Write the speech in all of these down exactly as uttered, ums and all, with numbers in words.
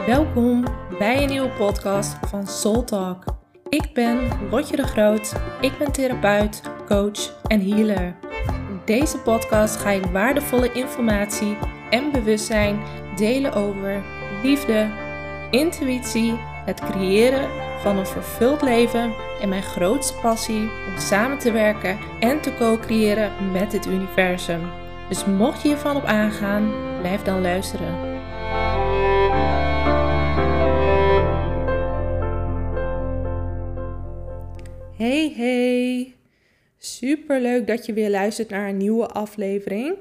Welkom bij een nieuwe podcast van Soul Talk. Ik ben Lotje de Groot, ik ben therapeut, coach en healer. In deze podcast ga ik waardevolle informatie en bewustzijn delen over liefde, intuïtie, het creëren van een vervuld leven en mijn grootste passie om samen te werken en te co-creëren met het universum. Dus mocht je hiervan op aangaan, blijf dan luisteren. Hey hey, super leuk dat je weer luistert naar een nieuwe aflevering.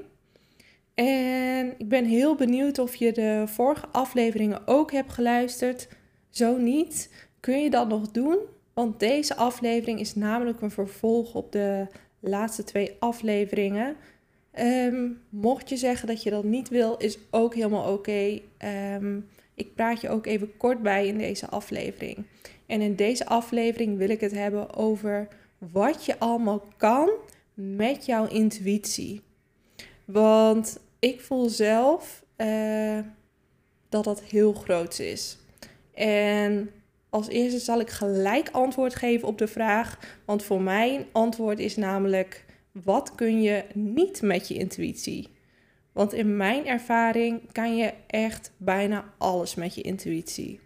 En ik ben heel benieuwd of je de vorige afleveringen ook hebt geluisterd. Zo niet, kun je dat nog doen? Want deze aflevering is namelijk een vervolg op de laatste twee afleveringen. Um, mocht je zeggen dat je dat niet wil, is ook helemaal oké. Okay. Um, ik praat je ook even kort bij in deze aflevering. En in deze aflevering wil ik het hebben over wat je allemaal kan met jouw intuïtie. Want ik voel zelf uh, dat dat heel groot is. En als eerste zal ik gelijk antwoord geven op de vraag. Want voor mij antwoord is namelijk, wat kun je niet met je intuïtie? Want in mijn ervaring kan je echt bijna alles met je intuïtie.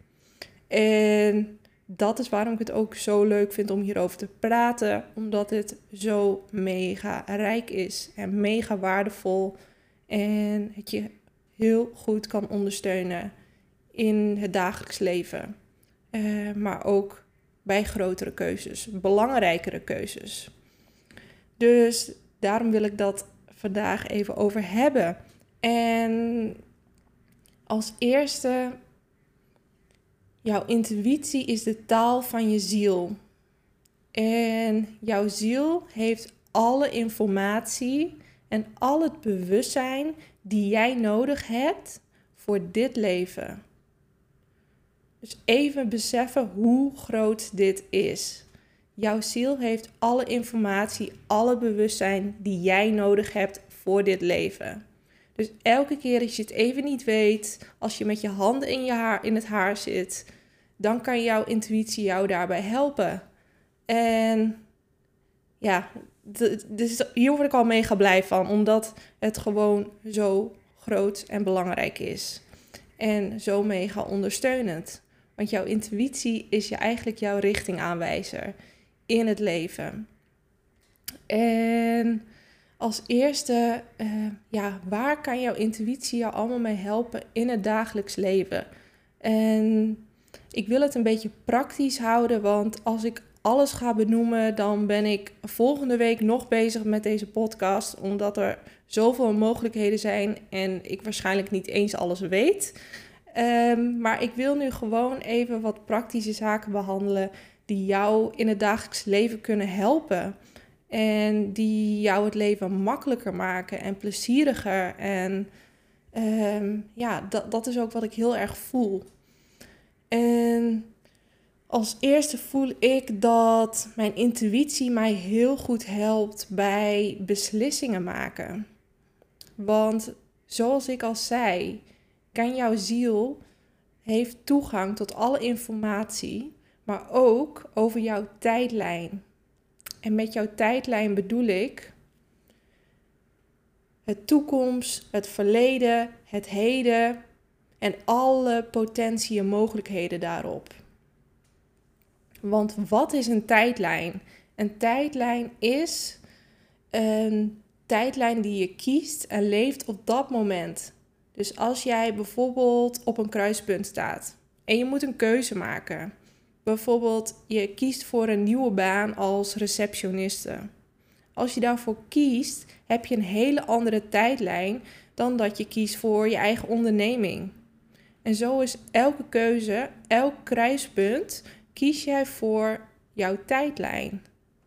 En dat is waarom ik het ook zo leuk vind om hierover te praten. Omdat het zo mega rijk is en mega waardevol. En het je heel goed kan ondersteunen in het dagelijks leven. Uh, maar ook bij grotere keuzes, belangrijkere keuzes. Dus daarom wil ik dat vandaag even over hebben. En als eerste, jouw intuïtie is de taal van je ziel. En jouw ziel heeft alle informatie en al het bewustzijn die jij nodig hebt voor dit leven. Dus even beseffen hoe groot dit is. Jouw ziel heeft alle informatie, alle bewustzijn die jij nodig hebt voor dit leven. Dus elke keer als je het even niet weet, als je met je handen in, je haar, in het haar zit, dan kan jouw intuïtie jou daarbij helpen. En ja, d- dus hier word ik al mega blij van, omdat het gewoon zo groot en belangrijk is. En zo mega ondersteunend. Want jouw intuïtie is je eigenlijk jouw richtingaanwijzer in het leven. En als eerste, uh, ja, waar kan jouw intuïtie jou allemaal mee helpen in het dagelijks leven? En ik wil het een beetje praktisch houden, want als ik alles ga benoemen, dan ben ik volgende week nog bezig met deze podcast, omdat er zoveel mogelijkheden zijn en ik waarschijnlijk niet eens alles weet. Um, maar ik wil nu gewoon even wat praktische zaken behandelen die jou in het dagelijks leven kunnen helpen. En die jou het leven makkelijker maken en plezieriger. En um, ja, dat, dat is ook wat ik heel erg voel. En als eerste voel ik dat mijn intuïtie mij heel goed helpt bij beslissingen maken. Want zoals ik al zei, kan jouw ziel heeft toegang tot alle informatie, maar ook over jouw tijdlijn. En met jouw tijdlijn bedoel ik het toekomst, het verleden, het heden en alle potentie en mogelijkheden daarop. Want wat is een tijdlijn? Een tijdlijn is een tijdlijn die je kiest en leeft op dat moment. Dus als jij bijvoorbeeld op een kruispunt staat en je moet een keuze maken. Bijvoorbeeld je kiest voor een nieuwe baan als receptioniste. Als je daarvoor kiest, heb je een hele andere tijdlijn dan dat je kiest voor je eigen onderneming. En zo is elke keuze, elk kruispunt, kies jij voor jouw tijdlijn.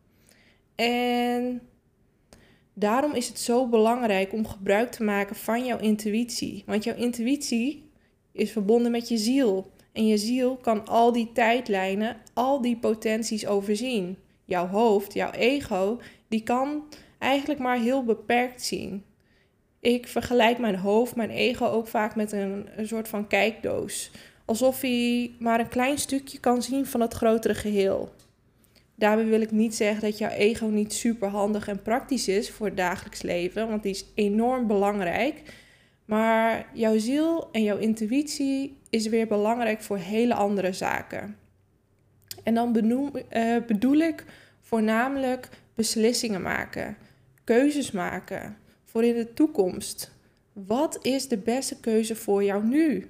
En daarom is het zo belangrijk om gebruik te maken van jouw intuïtie. Want jouw intuïtie is verbonden met je ziel. En je ziel kan al die tijdlijnen, al die potenties overzien. Jouw hoofd, jouw ego, die kan eigenlijk maar heel beperkt zien. Ik vergelijk mijn hoofd, mijn ego ook vaak met een, een soort van kijkdoos. alsof hij maar een klein stukje kan zien van het grotere geheel. Daarbij wil ik niet zeggen dat jouw ego niet super handig en praktisch is voor het dagelijks leven, want die is enorm belangrijk. Maar jouw ziel en jouw intuïtie is weer belangrijk voor hele andere zaken. En dan benoem, uh, bedoel ik voornamelijk beslissingen maken, keuzes maken voor in de toekomst. Wat is de beste keuze voor jou nu?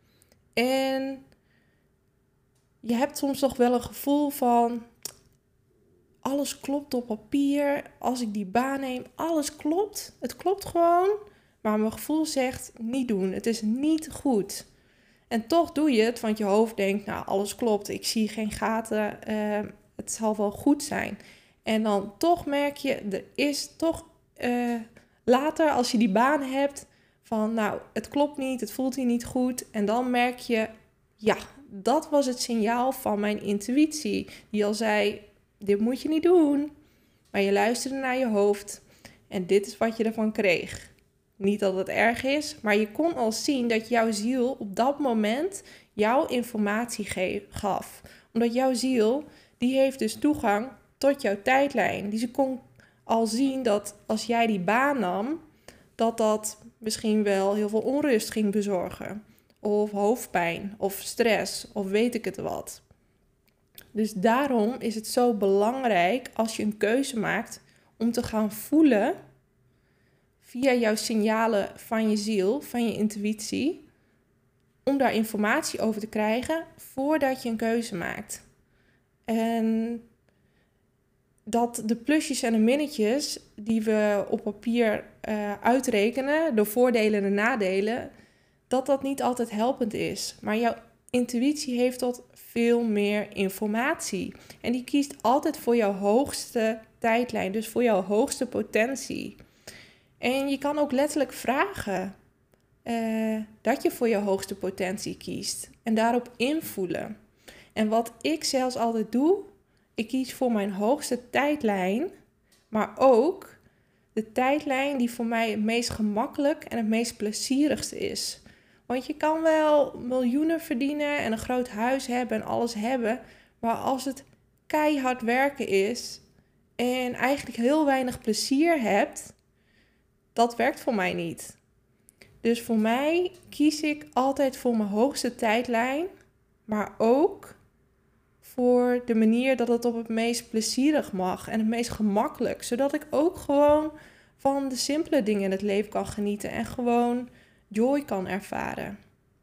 En je hebt soms toch wel een gevoel van, alles klopt op papier, als ik die baan neem, alles klopt. Het klopt gewoon, maar mijn gevoel zegt niet doen, het is niet goed. En toch doe je het, want je hoofd denkt, nou alles klopt, ik zie geen gaten, uh, het zal wel goed zijn. En dan toch merk je, er is toch uh, later als je die baan hebt van, nou het klopt niet, het voelt hier niet goed. En dan merk je, ja, dat was het signaal van mijn intuïtie, die al zei, dit moet je niet doen. Maar je luisterde naar je hoofd en dit is wat je ervan kreeg. Niet dat het erg is, maar je kon al zien dat jouw ziel op dat moment jouw informatie ge- gaf. Omdat jouw ziel, die heeft dus toegang tot jouw tijdlijn. Die ze kon al zien dat als jij die baan nam, dat dat misschien wel heel veel onrust ging bezorgen. Of hoofdpijn, of stress, of weet ik het wat. Dus daarom is het zo belangrijk als je een keuze maakt om te gaan voelen via jouw signalen van je ziel, van je intuïtie, om daar informatie over te krijgen voordat je een keuze maakt. En dat de plusjes en de minnetjes die we op papier uh, uitrekenen, de voordelen en de nadelen, dat dat niet altijd helpend is. Maar jouw intuïtie heeft tot veel meer informatie. En die kiest altijd voor jouw hoogste tijdlijn, dus voor jouw hoogste potentie. En je kan ook letterlijk vragen uh, dat je voor je hoogste potentie kiest. En daarop invoelen. En wat ik zelfs altijd doe, ik kies voor mijn hoogste tijdlijn, maar ook de tijdlijn die voor mij het meest gemakkelijk en het meest plezierigste is. Want je kan wel miljoenen verdienen en een groot huis hebben en alles hebben, maar als het keihard werken is en eigenlijk heel weinig plezier hebt, dat werkt voor mij niet. Dus voor mij kies ik altijd voor mijn hoogste tijdlijn, maar ook voor de manier dat het op het meest plezierig mag en het meest gemakkelijk. Zodat ik ook gewoon van de simpele dingen in het leven kan genieten en gewoon joy kan ervaren.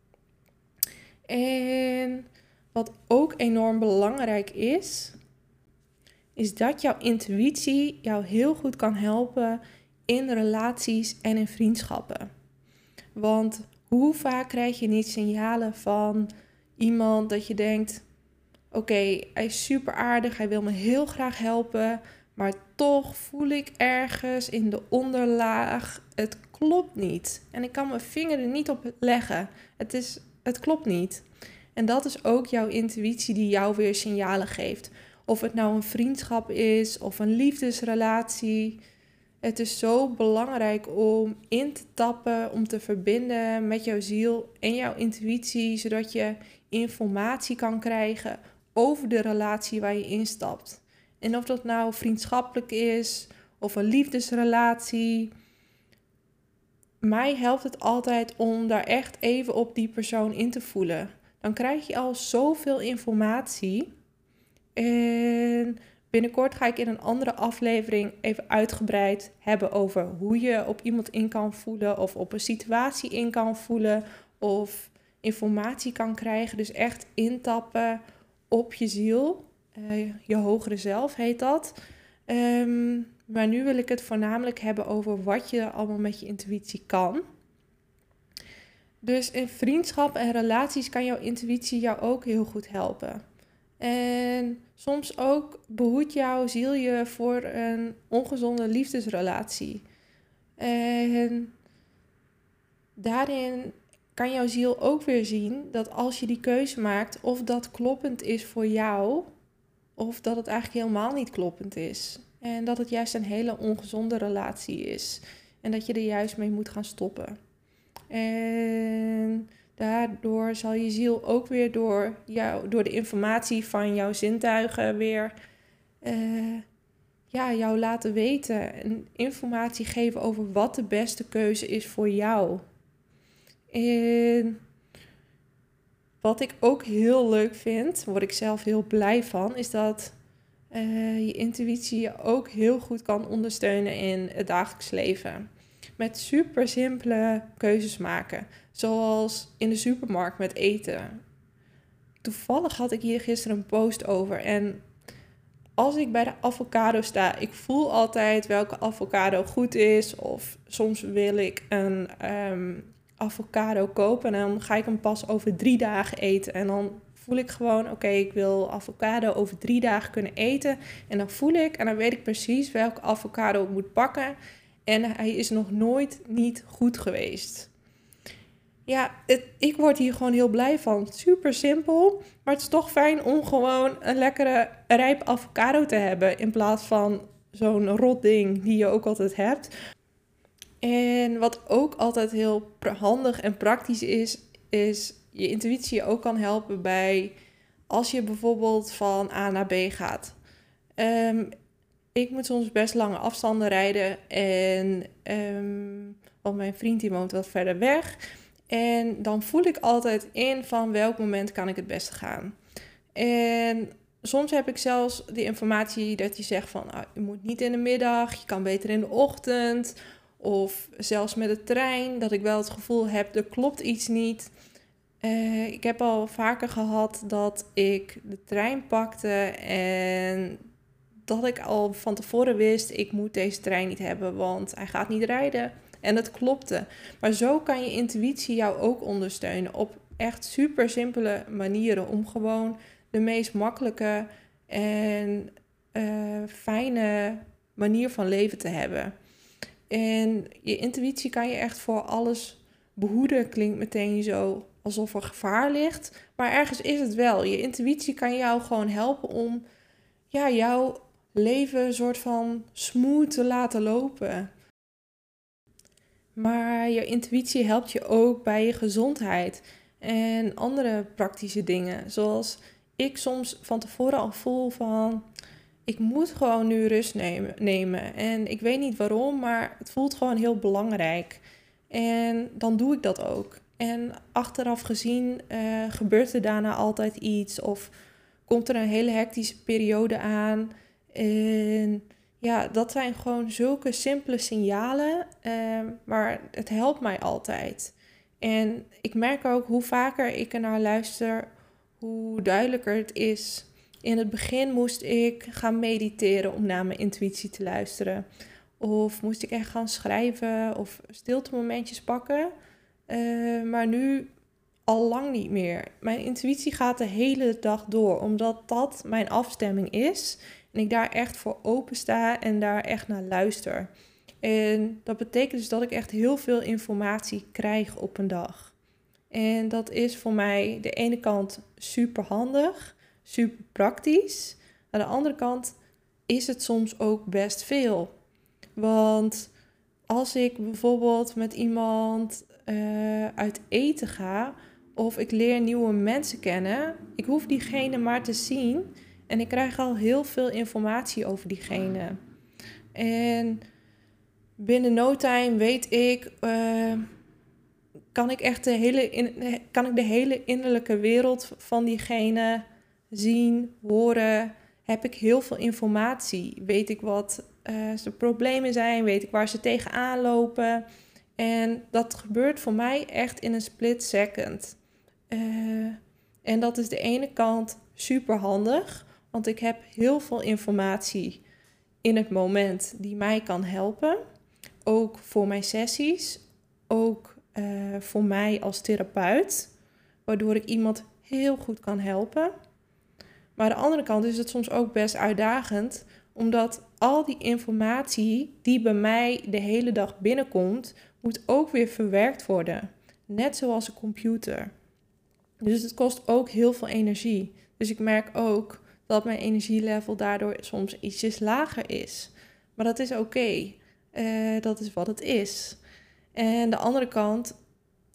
En wat ook enorm belangrijk is, is dat jouw intuïtie jou heel goed kan helpen in relaties en in vriendschappen. Want hoe vaak krijg je niet signalen van iemand dat je denkt, oké, okay, hij is super aardig, hij wil me heel graag helpen, maar toch voel ik ergens in de onderlaag, het klopt niet. En ik kan mijn vinger er niet op leggen. Het is, het klopt niet. En dat is ook jouw intuïtie die jou weer signalen geeft. Of het nou een vriendschap is of een liefdesrelatie. Het is zo belangrijk om in te tappen, om te verbinden met jouw ziel en jouw intuïtie, zodat je informatie kan krijgen over de relatie waar je instapt. En of dat nou vriendschappelijk is of een liefdesrelatie. Mij helpt het altijd om daar echt even op die persoon in te voelen. Dan krijg je al zoveel informatie. En binnenkort ga ik in een andere aflevering even uitgebreid hebben over hoe je op iemand in kan voelen of op een situatie in kan voelen of informatie kan krijgen. Dus echt intappen op je ziel. Uh, je hogere zelf heet dat. Um, maar nu wil ik het voornamelijk hebben over wat je allemaal met je intuïtie kan. Dus in vriendschap en relaties kan jouw intuïtie jou ook heel goed helpen. En soms ook behoedt jouw ziel je voor een ongezonde liefdesrelatie. En daarin kan jouw ziel ook weer zien dat als je die keuze maakt, of dat kloppend is voor jou, of dat het eigenlijk helemaal niet kloppend is. En dat het juist een hele ongezonde relatie is. En dat je er juist mee moet gaan stoppen. En Daardoor zal je ziel ook weer door, jou, door de informatie van jouw zintuigen weer uh, ja, jou laten weten. En informatie geven over wat de beste keuze is voor jou. En wat ik ook heel leuk vind, word ik zelf heel blij van, is dat uh, je intuïtie je ook heel goed kan ondersteunen in het dagelijks leven. Met super simpele keuzes maken. Zoals in de supermarkt met eten. Toevallig had ik hier gisteren een post over. En als ik bij de avocado sta, ik voel altijd welke avocado goed is. Of soms wil ik een um, avocado kopen en dan ga ik hem pas over drie dagen eten. En dan voel ik gewoon, oké, okay, ik wil avocado over drie dagen kunnen eten. En dan voel ik en dan weet ik precies welke avocado ik moet pakken. En hij is nog nooit niet goed geweest. Ja, het, ik word hier gewoon heel blij van. Super simpel, maar het is toch fijn om gewoon een lekkere rijpe avocado te hebben. In plaats van zo'n rot ding die je ook altijd hebt. En wat ook altijd heel handig en praktisch is, is je intuïtie je ook kan helpen bij als je bijvoorbeeld van A naar B gaat. Um, Ik moet soms best lange afstanden rijden. En um, want mijn vriend die woont wat verder weg. En dan voel ik altijd in van welk moment kan ik het beste gaan. En soms heb ik zelfs de informatie dat je zegt van ah, je moet niet in de middag, je kan beter in de ochtend. Of zelfs met de trein, dat ik wel het gevoel heb, er klopt iets niet. Uh, ik heb al vaker gehad dat ik de trein pakte en dat ik al van tevoren wist, ik moet deze trein niet hebben, want hij gaat niet rijden. En dat klopte. Maar zo kan je intuïtie jou ook ondersteunen op echt super simpele manieren om gewoon de meest makkelijke en uh, fijne manier van leven te hebben. En je intuïtie kan je echt voor alles behoeden. Klinkt meteen zo alsof er gevaar ligt. Maar ergens is het wel. Je intuïtie kan jou gewoon helpen om ja, jouw leven een soort van smooth te laten lopen. Maar je intuïtie helpt je ook bij je gezondheid en andere praktische dingen. Zoals ik soms van tevoren al voel van, ik moet gewoon nu rust nemen, nemen. En ik weet niet waarom, maar het voelt gewoon heel belangrijk. En dan doe ik dat ook. En achteraf gezien uh, gebeurt er daarna altijd iets of komt er een hele hectische periode aan. En ja, dat zijn gewoon zulke simpele signalen, uh, maar het helpt mij altijd. En ik merk ook hoe vaker ik er naar luister, hoe duidelijker het is. In het begin moest ik gaan mediteren om naar mijn intuïtie te luisteren. Of moest ik echt gaan schrijven of stilte momentjes pakken. Uh, maar nu al lang niet meer. Mijn intuïtie gaat de hele dag door, omdat dat mijn afstemming is. En ik daar echt voor open sta en daar echt naar luister. En dat betekent dus dat ik echt heel veel informatie krijg op een dag. En dat is voor mij de ene kant super handig, super praktisch. Aan de andere kant is het soms ook best veel. Want als ik bijvoorbeeld met iemand uh, uit eten ga of ik leer nieuwe mensen kennen, ik hoef diegene maar te zien en ik krijg al heel veel informatie over diegene. En binnen no time weet ik, uh, kan ik echt de hele, in, kan ik de hele innerlijke wereld van diegene zien, horen. Heb ik heel veel informatie. Weet ik wat uh, zijn problemen zijn, weet ik waar ze tegenaan lopen. En dat gebeurt voor mij echt in een split second. Uh, en dat is de ene kant super handig, want ik heb heel veel informatie in het moment die mij kan helpen. Ook voor mijn sessies, ook uh, voor mij als therapeut, waardoor ik iemand heel goed kan helpen. Maar aan de andere kant is het soms ook best uitdagend, omdat al die informatie die bij mij de hele dag binnenkomt, moet ook weer verwerkt worden. Net zoals een computer. Dus het kost ook heel veel energie. Dus ik merk ook dat mijn energielevel daardoor soms ietsjes lager is. Maar dat is oké. Okay. Uh, dat is wat het is. En de andere kant,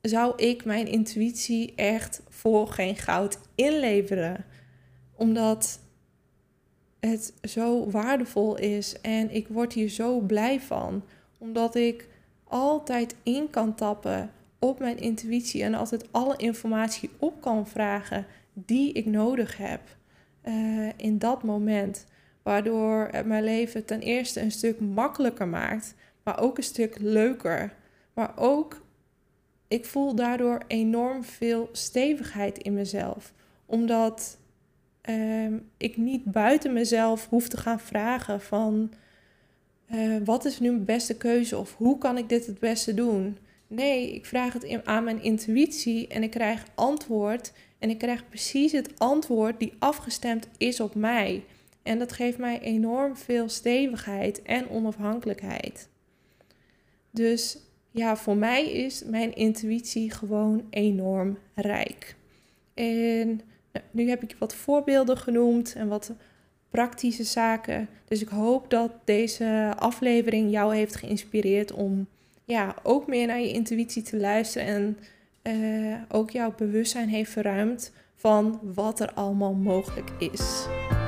zou ik mijn intuïtie echt voor geen goud inleveren. Omdat het zo waardevol is en ik word hier zo blij van. Omdat ik altijd in kan tappen op mijn intuïtie en altijd alle informatie op kan vragen die ik nodig heb uh, in dat moment. Waardoor het mijn leven ten eerste een stuk makkelijker maakt, maar ook een stuk leuker. Maar ook, ik voel daardoor enorm veel stevigheid in mezelf. Omdat uh, ik niet buiten mezelf hoef te gaan vragen van Uh, wat is nu mijn beste keuze of hoe kan ik dit het beste doen? Nee, ik vraag het in, aan mijn intuïtie en ik krijg antwoord. En ik krijg precies het antwoord die afgestemd is op mij. En dat geeft mij enorm veel stevigheid en onafhankelijkheid. Dus ja, voor mij is mijn intuïtie gewoon enorm rijk. En nou, nu heb ik wat voorbeelden genoemd en wat praktische zaken. Dus ik hoop dat deze aflevering jou heeft geïnspireerd om ja, ook meer naar je intuïtie te luisteren. En uh, ook jouw bewustzijn heeft verruimd van wat er allemaal mogelijk is.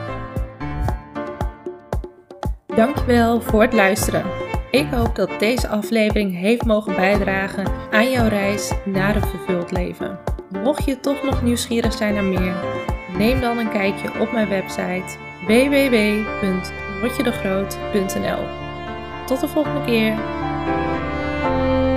Dankjewel voor het luisteren. Ik hoop dat deze aflevering heeft mogen bijdragen aan jouw reis naar een vervuld leven. Mocht je toch nog nieuwsgierig zijn naar meer, neem dan een kijkje op mijn website w w w punt lotje de groot punt n l. Tot de volgende keer!